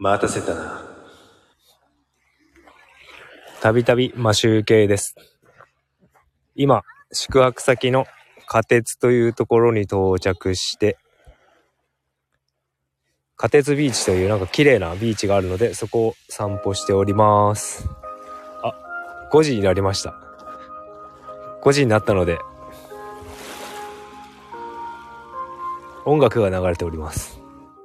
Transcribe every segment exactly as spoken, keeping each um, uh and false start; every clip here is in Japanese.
待たせたな。 たびたびマ集計です。今、宿泊先の花鉄というところに到着して、花鉄ビーチというなんか綺麗なビーチがあるので、そこを散歩しております。あ、ごじになりました。ごじになったので、音楽が流れております。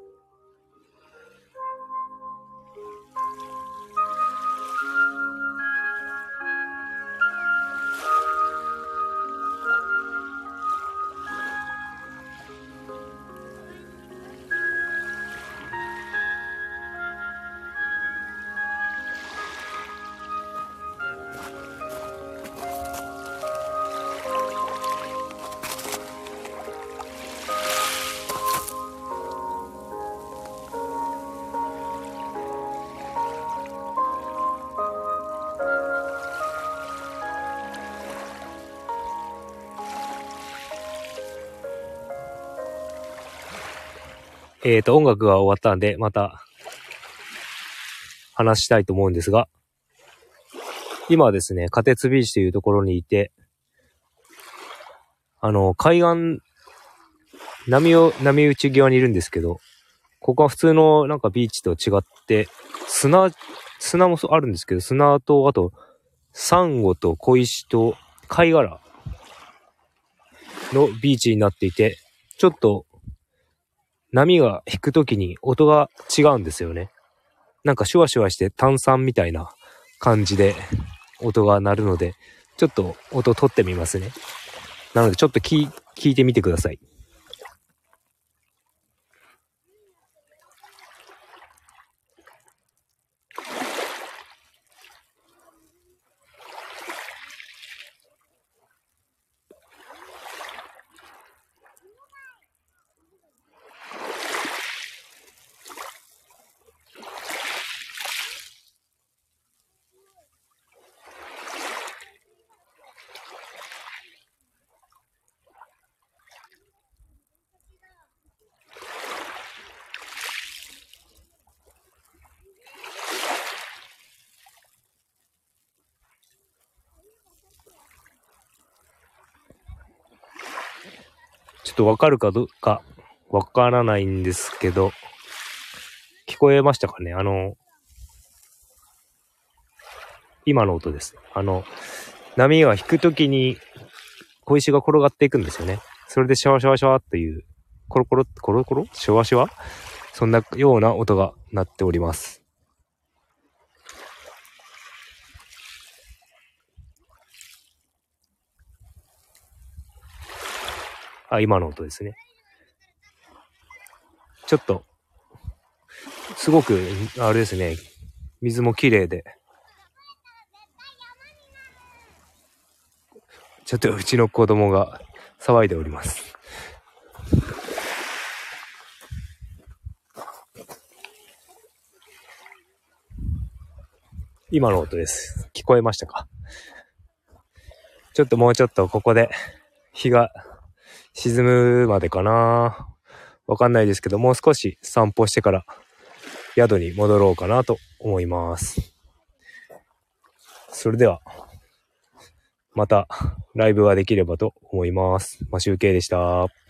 えーと、音楽が終わったんで、また話したいと思うんですが、今はですね、花鉄ビーチというところにいて、あの、海岸、波を、波打ち際にいるんですけど、ここは普通のなんかビーチと違って、砂、砂もあるんですけど、砂と、あと、サンゴと小石と貝殻のビーチになっていて、ちょっと波が引くときに音が違うんですよね。なんかシュワシュワして炭酸みたいな感じで音が鳴るので、ちょっと音取ってみますね。なのでちょっと聞、聞いてみてください。ちょっとわかるかどうかわからないんですけど、聞こえましたかね？あの、今の音です。あの、波が引くときに小石が転がっていくんですよね。それでシャワシャワシャワっていう、コロコロ、コロコロシャワシャワそんなような音が鳴っております。あ、今の音ですね。ちょっと、すごく、あれですね、水も綺麗で、ちょっとうちの子供が騒いでおります。今の音です。聞こえましたか？ちょっともうちょっとここで日が沈むまでかな。わかんないですけど、もう少し散歩してから宿に戻ろうかなと思います。それでは、またライブができればと思います。マシュウケイでした。